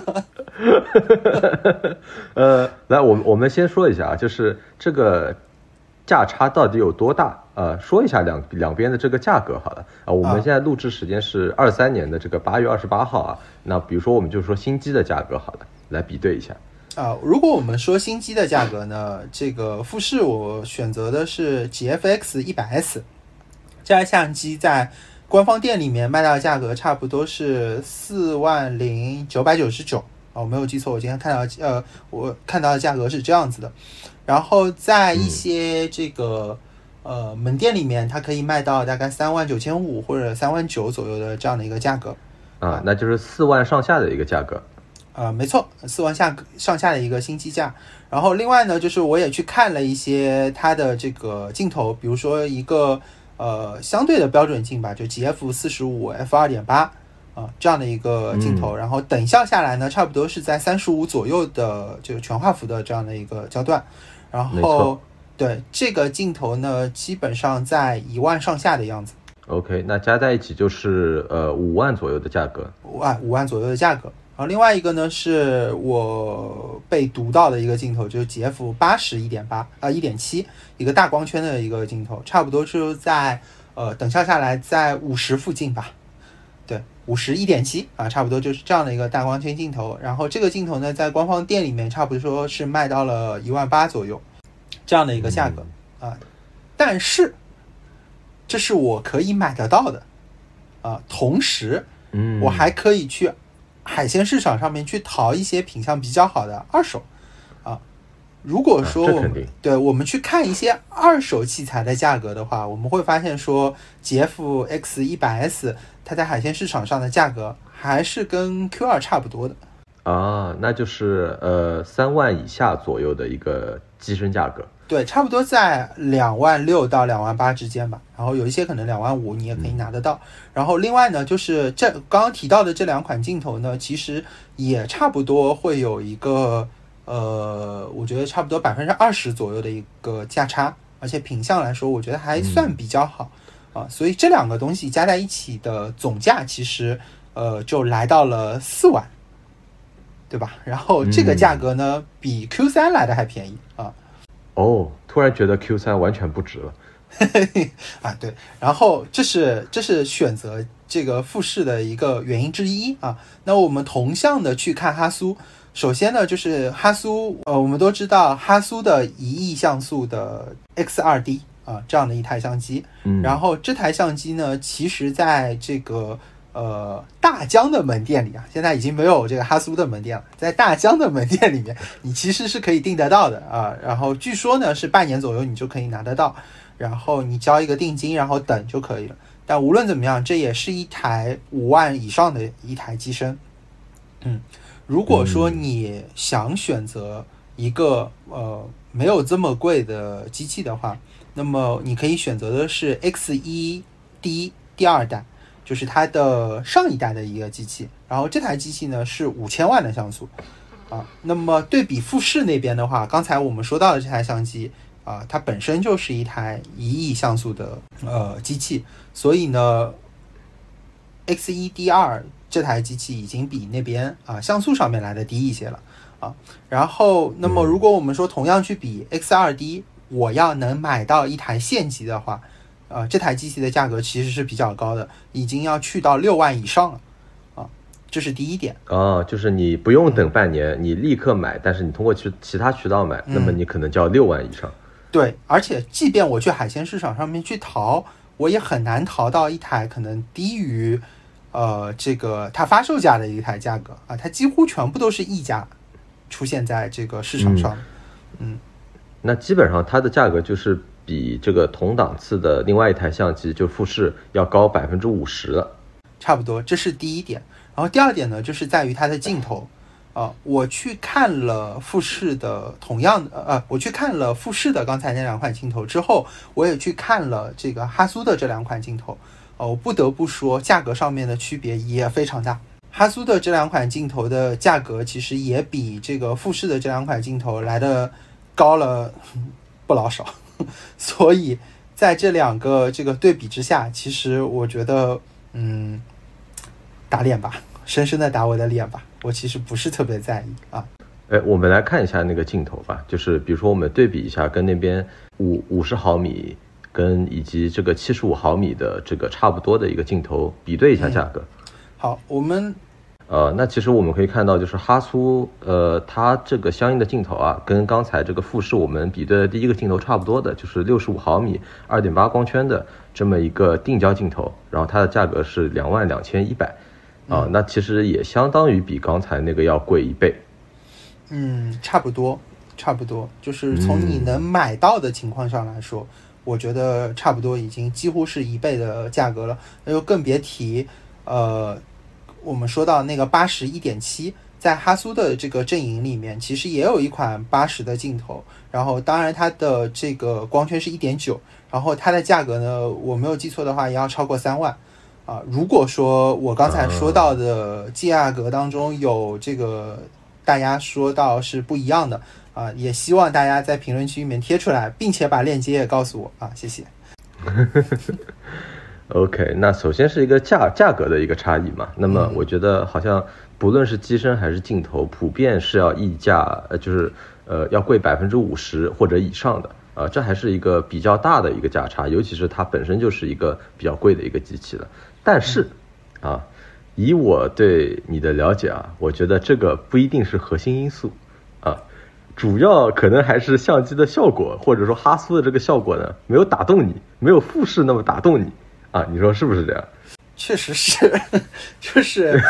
呃，来，我们我们先说一下啊，就是这个价差到底有多大？呃，说一下两两边的这个价格好了啊。我们现在录制时间是二三年的这个八月二十八号啊。那比如说我们就说新机的价格好了，来比对一下。 啊，如果我们说新机的价格呢，这个富士我选择的是 G F X 一百 S 这台相机，在官方店里面卖到的价格差不多是四万零九百九十九啊，我没有记错，我今天看到呃，我看到的价格是这样子的。然后在一些这个、 呃门店里面它可以卖到大概三万九千五或者三万九左右的这样的一个价格啊，那就是四万上下的一个价格。 呃，没错，四万下上下的一个新机价。然后另外呢，就是我也去看了一些它的这个镜头，比如说一个呃相对的标准镜吧，就 G F 四十五 F 二点八 啊这样的一个镜头， 嗯、 然后等效下来呢，差不多是在三十五左右的这个全画幅的这样的一个焦段。然后对这个镜头呢，基本上在一万上下的样子。 OK， 那加在一起就是呃五万左右的价格。 五万五万左右的价格。然后另外一个呢，是我被读到的一个镜头，就是 G F 八十 一点八 啊 一点七 一个大光圈的一个镜头，差不多是在呃等效下来在五十附近吧。对，五十 一点七 啊，差不多就是这样的一个大光圈镜头。然后这个镜头呢，在官方店里面差不多说是卖到了一万八左右这样的一个价格、嗯、啊。但是这是我可以买得到的啊，同时嗯， 我还可以去海鲜市场上面去淘一些品相比较好的二手啊。如果说我们、啊、对我们去看一些二手器材的价格的话，我们会发现说 G F X 一百 S 它在海鲜市场上的价格还是跟 Q 二 差不多的啊，那就是呃三万以下左右的一个机身价格。 对，差不多在两万六到两万八之间吧，然后有一些可能两万五你也可以拿得到、嗯、然后另外呢，就是这刚刚提到的这两款镜头呢，其实也差不多会有一个呃我觉得差不多百分之二十左右的一个价差，而且品相来说我觉得还算比较好、嗯、啊，所以这两个东西加在一起的总价其实呃就来到了四万，对吧？然后这个价格呢、嗯、比 Q 三 来的还便宜啊。 哦，突然觉得 Q 三 完全不值了啊，对，然后这是这是选择这个富士的一个原因之一啊。那我们同向的去看哈苏，首先呢就是哈苏，呃，我们都知道哈苏的一亿像素的 X 二 D 啊这样的一台相机， 嗯， 然后这台相机呢，其实在这个呃大疆的门店里啊，现在已经没有这个哈苏的门店了，在大疆的门店里面你其实是可以订得到的啊，然后据说呢是半年左右你就可以拿得到，然后你交一个定金然后等就可以了。但无论怎么样，这也是一台五万以上的一台机身。嗯，如果说你想选择一个呃没有这么贵的机器的话，那么你可以选择的是 X 一 D 第二代，就是它的上一代的一个机器，然后这台机器呢是五千万的像素啊。那么对比富士那边的话，刚才我们说到的这台相机啊，它本身就是一台一亿像素的呃机器，所以呢 X 一 D 二 这台机器已经比那边啊像素上面来的低一些了啊。然后那么如果我们说同样去比 X 二 D， 我要能买到一台县级的话，呃，这台机器的价格其实是比较高的，已经要去到六万以上了，啊，这是第一点。 哦，就是你不用等半年，嗯、你立刻买，但是你通过其其他渠道买，嗯、那么你可能就要六万以上。 对，而且即便我去海鲜市场上面去淘，我也很难淘到一台可能低于，呃，这个它发售价的一台价格啊，它几乎全部都是溢价出现在这个市场上。嗯，嗯那基本上它的价格就是比这个同档次的另外一台相机就富士要高百分之五十了， 差不多，这是第一点。然后第二点呢，就是在于它的镜头啊、呃，我去看了富士的同样的呃，我去看了富士的刚才那两款镜头之后，我也去看了这个哈苏的这两款镜头，呃，我不得不说价格上面的区别也非常大。哈苏的这两款镜头的价格其实也比这个富士的这两款镜头来的高了不老少。所以在这两个这个对比之下，其实我觉得嗯打脸吧，深深的打我的脸吧，我其实不是特别在意啊。 哎，我们来看一下那个镜头吧，就是比如说我们对比一下跟那边五五十毫米跟以及这个七十五毫米的这个差不多的一个镜头比对一下价格。 嗯、好，我们呃，那其实我们可以看到，就是哈苏，呃，它这个相应的镜头啊，跟刚才这个富士我们比对的第一个镜头差不多的，就是六十五毫米 二点八 光圈的这么一个定焦镜头，然后它的价格是两万两千一百，啊，那其实也相当于比刚才那个要贵一倍。 嗯，差不多，差不多，就是从你能买到的情况上来说，嗯、 我觉得差不多已经几乎是一倍的价格了，那就更别提呃，我们说到那个八十 一点七，在哈苏的这个阵营里面其实也有一款八十的镜头，然后当然它的这个光圈是 一点九， 然后它的价格呢，我没有记错的话也要超过三万啊。如果说我刚才说到的价格当中有这个大家说到是不一样的啊，也希望大家在评论区里面贴出来，并且把链接也告诉我啊，谢谢。 OK， 那首先是一个价价格的一个差异嘛。那么我觉得好像不论是机身还是镜头，普遍是要溢价，呃，就是呃要贵百分之五十或者以上的啊、呃，这还是一个比较大的一个价差，尤其是它本身就是一个比较贵的一个机器了。但是啊，以我对你的了解啊，我觉得这个不一定是核心因素啊。主要可能还是相机的效果，或者说哈苏的这个效果呢，没有打动你，没有富士那么打动你啊，你说是不是这样？ 确实是，就是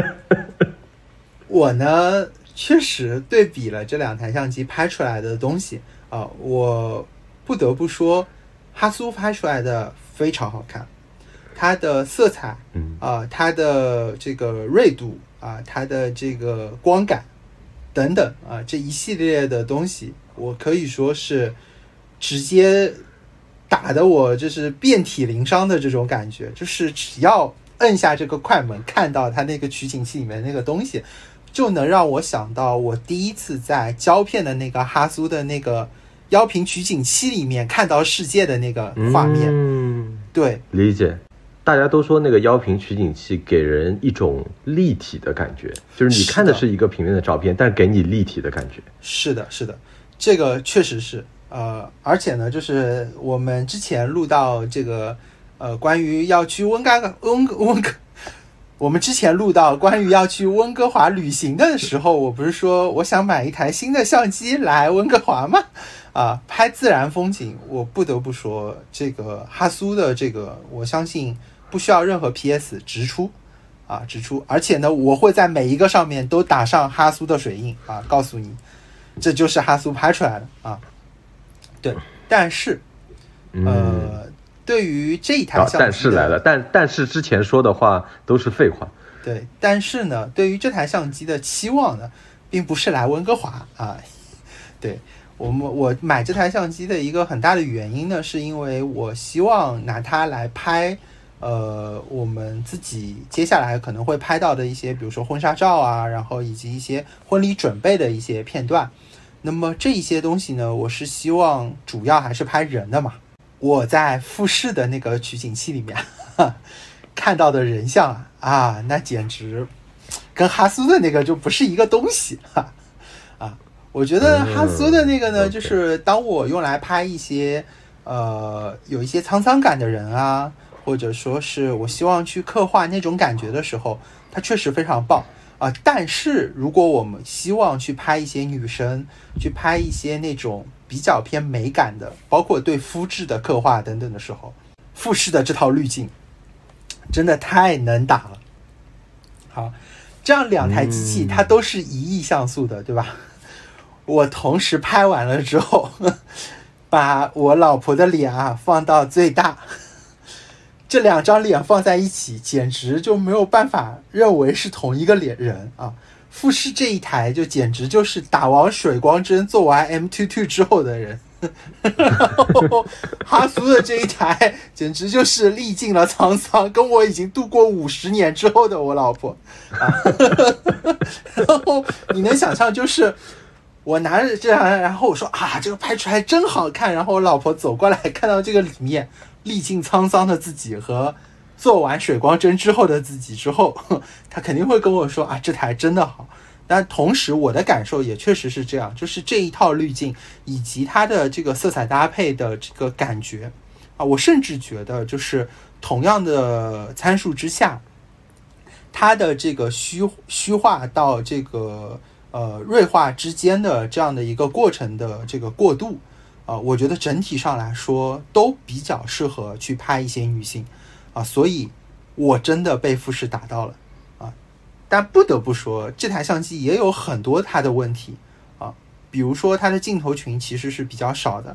我呢，确实对比了这两台相机拍出来的东西啊，我不得不说，哈苏拍出来的非常好看，它的色彩， 嗯啊，它的这个锐度啊，它的这个光感。等等啊，这一系列的东西，我可以说是直接打得我就是遍体鳞伤的这种感觉，就是只要摁下这个快门，看到它那个取景器里面那个东西，就能让我想到我第一次在胶片的那个哈苏的那个腰屏取景器里面看到世界的那个画面。 嗯， 对， 理解。大家都说那个腰屏取景器给人一种立体的感觉，就是你看的是一个平面的照片，但给你立体的感觉。 是的，是的，这个确实是。呃，而且呢，就是我们之前录到这个呃，关于要去温哥温温哥，我们之前录到关于要去温哥华旅行的时候，我不是说我想买一台新的相机来温哥华吗？啊，拍自然风景，我不得不说，这个哈苏的这个，我相信。不需要任何 P S 直出啊，直出，而且呢，我会在每一个上面都打上哈苏的水印啊，告诉你，这就是哈苏拍出来的啊。对，但是，呃，嗯、对于这一台相机、啊， 但是来了，但但是之前说的话都是废话。 对，但是呢，对于这台相机的期望呢，并不是来温哥华啊。对我们，我买这台相机的一个很大的原因呢，是因为我希望拿它来拍。呃，我们自己接下来可能会拍到的一些，比如说婚纱照啊，然后以及一些婚礼准备的一些片段。那么这一些东西呢，我是希望主要还是拍人的嘛。我在富士的那个取景器里面呵呵看到的人像啊，啊，那简直跟哈苏的那个就不是一个东西哈啊。我觉得哈苏的那个呢，嗯、就是当我用来拍一些呃有一些沧桑感的人啊。或者说是我希望去刻画那种感觉的时候，它确实非常棒啊、呃。但是如果我们希望去拍一些女生，去拍一些那种比较偏美感的，包括对肤质的刻画等等的时候，富士的这套滤镜真的太能打了。好，这样两台机器它都是一亿像素的，对吧？我同时拍完了之后，把我老婆的脸啊放到最大。这两张脸放在一起，简直就没有办法认为是同一个脸人啊！富士这一台就简直就是打完水光针、做完 M 二二 之后的人，然后哈苏的这一台简直就是历尽了沧桑，跟我已经度过五十年之后的我老婆啊！然后你能想象，就是我拿着这样，然后我说啊，这个拍出来真好看，然后我老婆走过来，看到这个里面。历尽沧桑的自己和做完水光针之后的自己之后，他肯定会跟我说啊，这台真的好。但同时我的感受也确实是这样，就是这一套滤镜以及它的这个色彩搭配的这个感觉啊，我甚至觉得就是同样的参数之下，它的这个虚虚化到这个呃锐化之间的这样的一个过程的这个过渡。啊、呃，我觉得整体上来说都比较适合去拍一些女性啊，所以我真的被富士打到了啊。但不得不说，这台相机也有很多它的问题啊，比如说它的镜头群其实是比较少的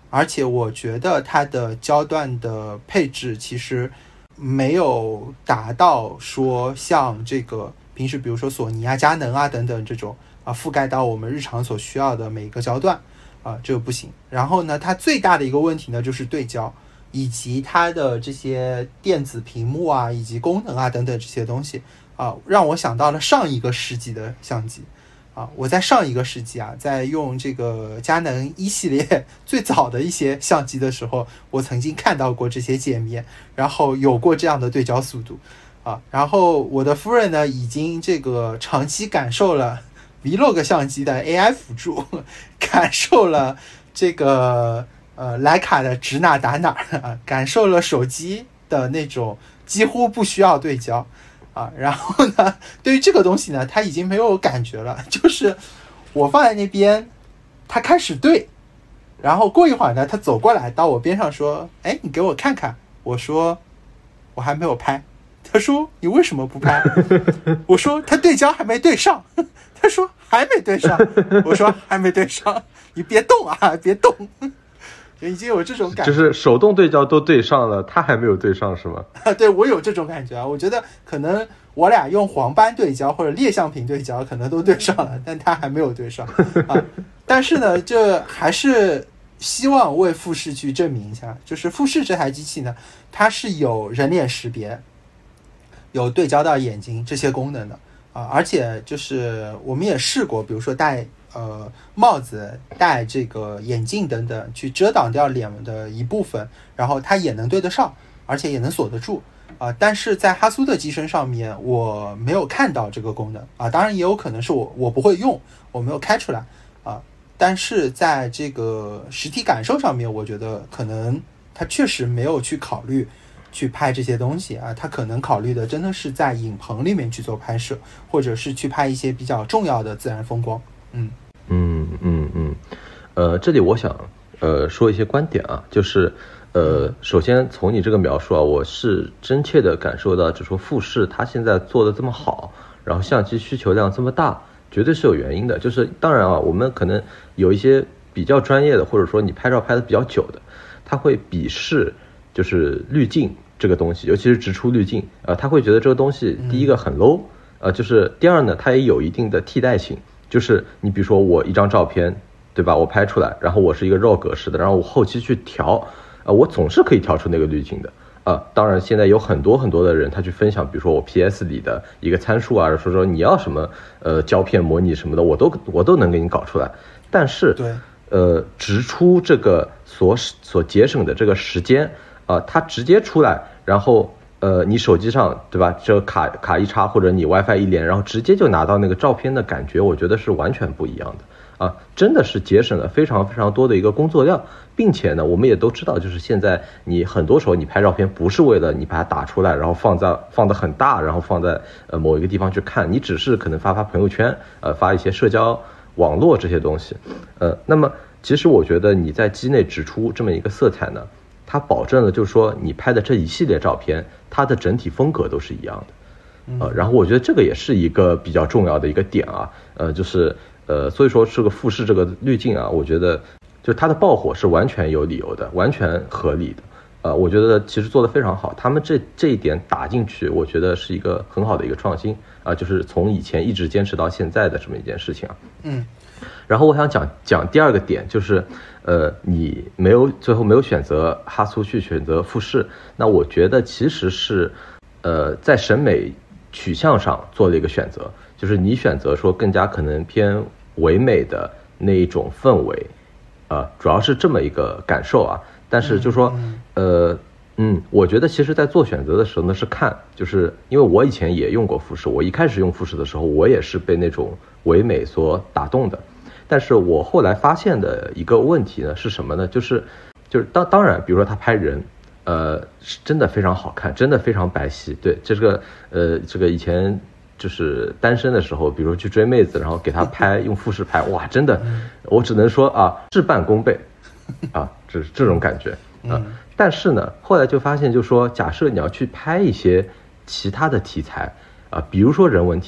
而且我觉得它的焦段的配置其实没有达到说像这个平时比如说索尼啊、佳能啊等等这种啊覆盖到我们日常所需要的每一个焦段啊，这个不行。然后呢，它最大的一个问题呢就是对焦，以及它的这些电子屏幕啊，以及功能啊等等这些东西啊，让我想到了上一个世纪的相机啊。我在上一个世纪啊，在用这个佳能一系列最早的一些相机的时候，我曾经看到过这些界面，然后有过这样的对焦速度啊。然后我的夫人呢，已经这个长期感受了 Vlog 相机的 A I 辅助，感受了这个呃徕卡的指哪打哪啊，感受了手机的那种几乎不需要对焦啊。然后呢，对于这个东西呢，它已经没有感觉了，就是我放在那边，它开始对，然后过一会儿呢，它走过来到我边上说：“哎，你给我看看。”我说：“我还没有拍。”他说：“你为什么不拍？”我说：“他对焦还没对上。”他说：“还没对上。”我说：“还没对上，你别动啊，别动。”已经有这种感觉， 就是手动对焦都对上了，他还没有对上是吗？ 对，我有这种感觉啊。我觉得可能我俩用黄斑对焦或者裂相屏对焦可能都对上了，但他还没有对上啊。但是呢，这还是希望为富士去证明一下，就是富士这台机器呢，它是有人脸识别，有对焦到眼睛这些功能的啊。而且就是我们也试过，比如说戴呃，帽子、戴这个眼镜等等，去遮挡掉脸的一部分，然后它也能对得上，而且也能锁得住啊、呃。但是在哈苏的机身上面，我没有看到这个功能啊。当然也有可能是我我不会用，我没有开出来啊。但是在这个实体感受上面，我觉得可能它确实没有去考虑去拍这些东西啊。它可能考虑的真的是在影棚里面去做拍摄，或者是去拍一些比较重要的自然风光。嗯嗯嗯嗯，呃，这里我想呃说一些观点啊，就是呃，首先从你这个描述啊，我是真切的感受到，就说富士它现在做的这么好，然后相机需求量这么大，绝对是有原因的。就是当然啊，我们可能有一些比较专业的，或者说你拍照拍的比较久的，他会鄙视就是滤镜这个东西，尤其是直出滤镜，呃，他会觉得这个东西第一个很 low，呃，就是第二呢，它也有一定的替代性。就是你比如说我一张照片，对吧？我拍出来，然后我是一个 RAW 格式的，然后我后期去调，呃，我总是可以调出那个滤镜的。呃，当然现在有很多很多的人他去分享，比如说我 P S 里的一个参数啊，说说你要什么呃胶片模拟什么的，我都我都能给你搞出来。但是对， 呃，直出这个所所节省的这个时间啊、呃，它直接出来，然后。呃，你手机上对吧？这个卡卡一插或者你 WiFi 一连，然后直接就拿到那个照片的感觉，我觉得是完全不一样的啊！真的是节省了非常非常多的一个工作量，并且呢，我们也都知道，就是现在你很多时候你拍照片不是为了你把它打出来，然后放在放得很大，然后放在呃某一个地方去看，你只是可能发发朋友圈，呃，发一些社交网络这些东西，呃，那么其实我觉得你在机内指出这么一个色彩呢。它保证了，就是说你拍的这一系列照片，它的整体风格都是一样的，呃，然后我觉得这个也是一个比较重要的一个点啊，呃，就是呃，所以说这个富士这个滤镜啊，我觉得就它的爆火是完全有理由的，完全合理的，呃，我觉得其实做得非常好，他们这这一点打进去，我觉得是一个很好的一个创新啊、呃，就是从以前一直坚持到现在的这么一件事情啊， 嗯。 然后我想讲讲第二个点，就是呃，你没有最后没有选择哈苏去选择富士，那我觉得其实是呃在审美取向上做了一个选择，就是你选择说更加可能偏唯美的那一种氛围，呃，主要是这么一个感受啊。但是就说呃嗯，我觉得其实在做选择的时候呢是看，就是因为我以前也用过富士，我一开始用富士的时候，我也是被那种唯美所打动的。但是我后来发现的一个问题呢是什么呢？就是就是当当然，比如说他拍人，呃，是真的非常好看，真的非常白皙。对，这个呃，这个以前就是单身的时候，比如去追妹子，然后给他拍用富士拍，哇，真的，我只能说啊，事半功倍，啊，这这种感觉啊。但是呢，后来就发现，就说假设你要去拍一些其他的题材啊，比如说人文题材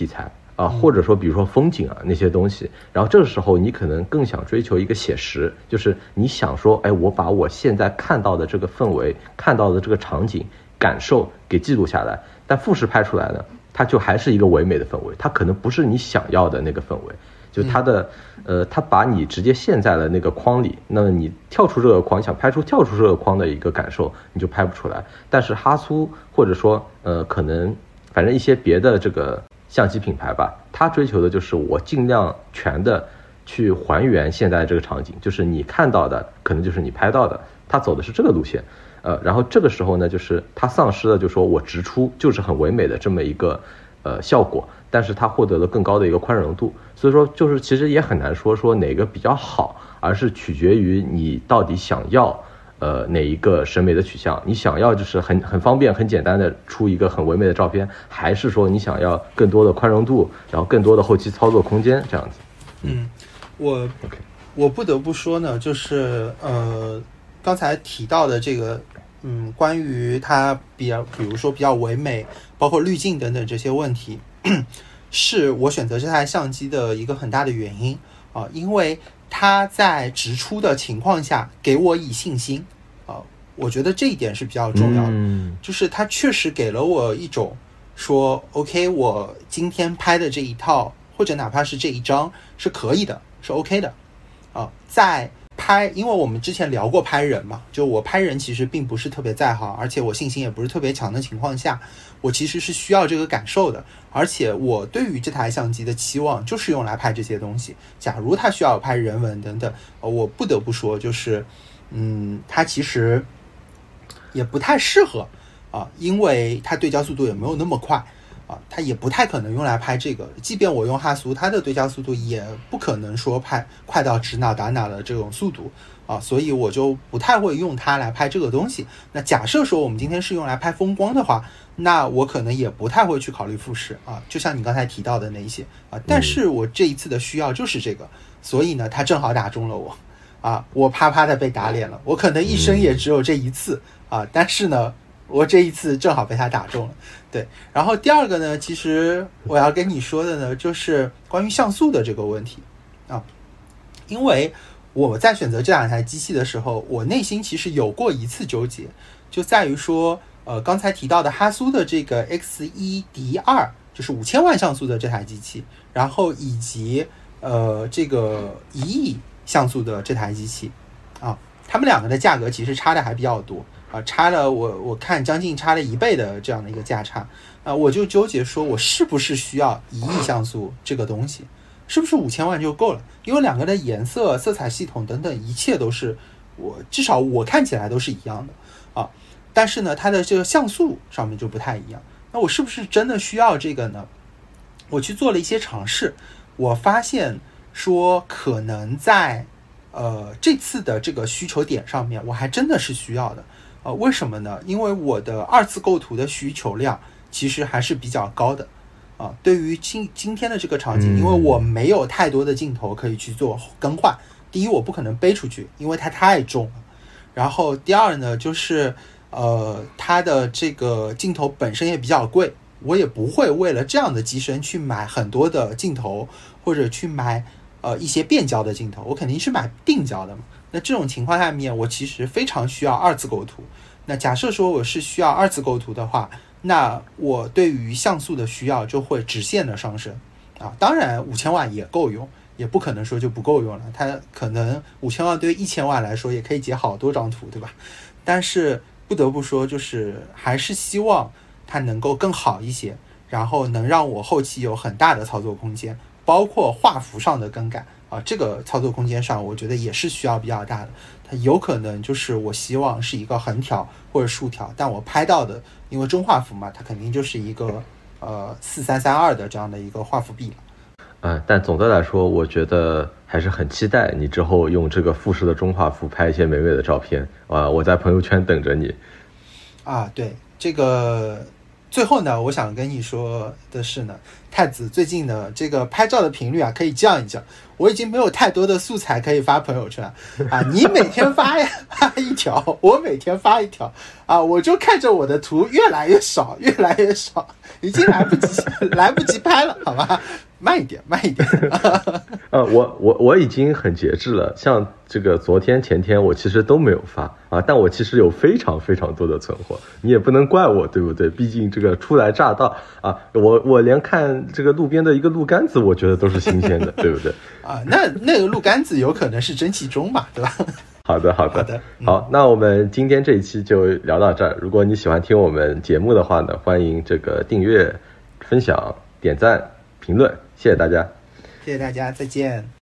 啊，或者说比如说风景啊那些东西，然后这个时候你可能更想追求一个写实，就是你想说，哎，我把我现在看到的这个氛围、看到的这个场景、感受给记录下来，但富士拍出来呢，它就还是一个唯美的氛围，它可能不是你想要的那个氛围，就它的、嗯、呃，它把你直接陷在了那个框里，那么你跳出这个框，想拍出跳出这个框的一个感受，你就拍不出来。但是哈苏或者说呃，可能反正一些别的这个相机品牌吧，它追求的就是我尽量全的去还原现在这个场景，就是你看到的可能就是你拍到的，它走的是这个路线。呃，然后这个时候呢，就是它丧失了就说我直出就是很唯美的这么一个呃效果，但是它获得了更高的一个宽容度。所以说就是其实也很难说说哪个比较好，而是取决于你到底想要呃哪一个审美的取向。你想要就是很很方便很简单的出一个很唯美的照片，还是说你想要更多的宽容度，然后更多的后期操作空间这样子。 嗯，我 OK， 我不得不说呢，就是呃刚才提到的这个嗯关于它比较比如说比较唯美，包括滤镜等等这些问题，是我选择这台相机的一个很大的原因啊、呃，因为它在直出的情况下给我以信心啊、呃，我觉得这一点是比较重要的， 嗯、就是它确实给了我一种说 OK 我今天拍的这一套或者哪怕是这一张是可以的，是 OK 的啊、呃，在拍，因为我们之前聊过拍人嘛，就我拍人其实并不是特别在行，而且我信心也不是特别强的情况下，我其实是需要这个感受的，而且我对于这台相机的期望就是用来拍这些东西。假如它需要拍人文等等，呃、我不得不说就是嗯，它其实也不太适合啊、呃，因为它对焦速度也没有那么快啊，它也不太可能用来拍这个。即便我用哈苏，它的对焦速度也不可能说拍快到指哪打哪的这种速度啊，所以我就不太会用它来拍这个东西。那假设说我们今天是用来拍风光的话，那我可能也不太会去考虑富士啊，就像你刚才提到的那一些啊。但是我这一次的需要就是这个，所以呢，它正好打中了我啊，我啪啪的被打脸了。我可能一生也只有这一次啊，但是呢，我这一次正好被他打中了。对，然后第二个呢，其实我要跟你说的呢，就是关于像素的这个问题啊，因为我在选择这两台机器的时候，我内心其实有过一次纠结，就在于说，呃，刚才提到的哈苏的这个 X 一 D 二，就是五千万像素的这台机器，然后以及呃这个一亿像素的这台机器啊，它们两个的价格其实差的还比较多。啊，差了我我看将近差了一倍的这样的一个价差啊，我就纠结说，我是不是需要一亿像素这个东西，是不是五千万就够了？因为两个的颜色、色彩系统等等一切都是我至少我看起来都是一样的啊，但是呢，它的这个像素上面就不太一样。那我是不是真的需要这个呢？我去做了一些尝试，我发现说可能在呃这次的这个需求点上面，我还真的是需要的。呃，为什么呢？因为我的二次构图的需求量其实还是比较高的啊、呃。对于今今天的这个场景，因为我没有太多的镜头可以去做更换。第一，我不可能背出去，因为它太重了。然后第二呢，就是呃，它的这个镜头本身也比较贵，我也不会为了这样的机身去买很多的镜头，或者去买呃一些变焦的镜头，我肯定是买定焦的嘛。那这种情况下面，我其实非常需要二次构图。那假设说我是需要二次构图的话，那我对于像素的需要就会直线的上升啊。当然五千万也够用，也不可能说就不够用了。它可能五千万对于一千万来说也可以截好多张图，对吧？但是不得不说，就是还是希望它能够更好一些，然后能让我后期有很大的操作空间，包括画幅上的更改。啊，这个操作空间上，我觉得也是需要比较大的。它有可能就是我希望是一个横条或者竖条，但我拍到的，因为中画幅嘛，它肯定就是一个呃四三三二的这样的一个画幅比了。 呃，但总的来说，我觉得还是很期待你之后用这个富士的中画幅拍一些美美的照片啊！我在朋友圈等着你。 啊，对，这个最后呢，我想跟你说的是呢，太子最近的这个拍照的频率啊，可以降一降。我已经没有太多的素材可以发朋友圈啊，你每天发发一条，我每天发一条啊，我就看着我的图越来越少，越来越少，已经来不及来不及拍了，好吧？慢一点，慢一点。 呃，我我我已经很节制了，像这个昨天前天我其实都没有发啊，但我其实有非常非常多的存货，你也不能怪我，对不对？毕竟这个初来乍到啊，我我连看这个路边的一个路杆子，我觉得都是新鲜的，对不对？ 啊，那那个路杆子有可能是蒸汽钟嘛，对吧？ 好的，好的， 好的，嗯、 好，那我们今天这一期就聊到这儿。如果你喜欢听我们节目的话呢，欢迎这个订阅、分享、点赞、评论，谢谢大家， 谢谢大家，再见。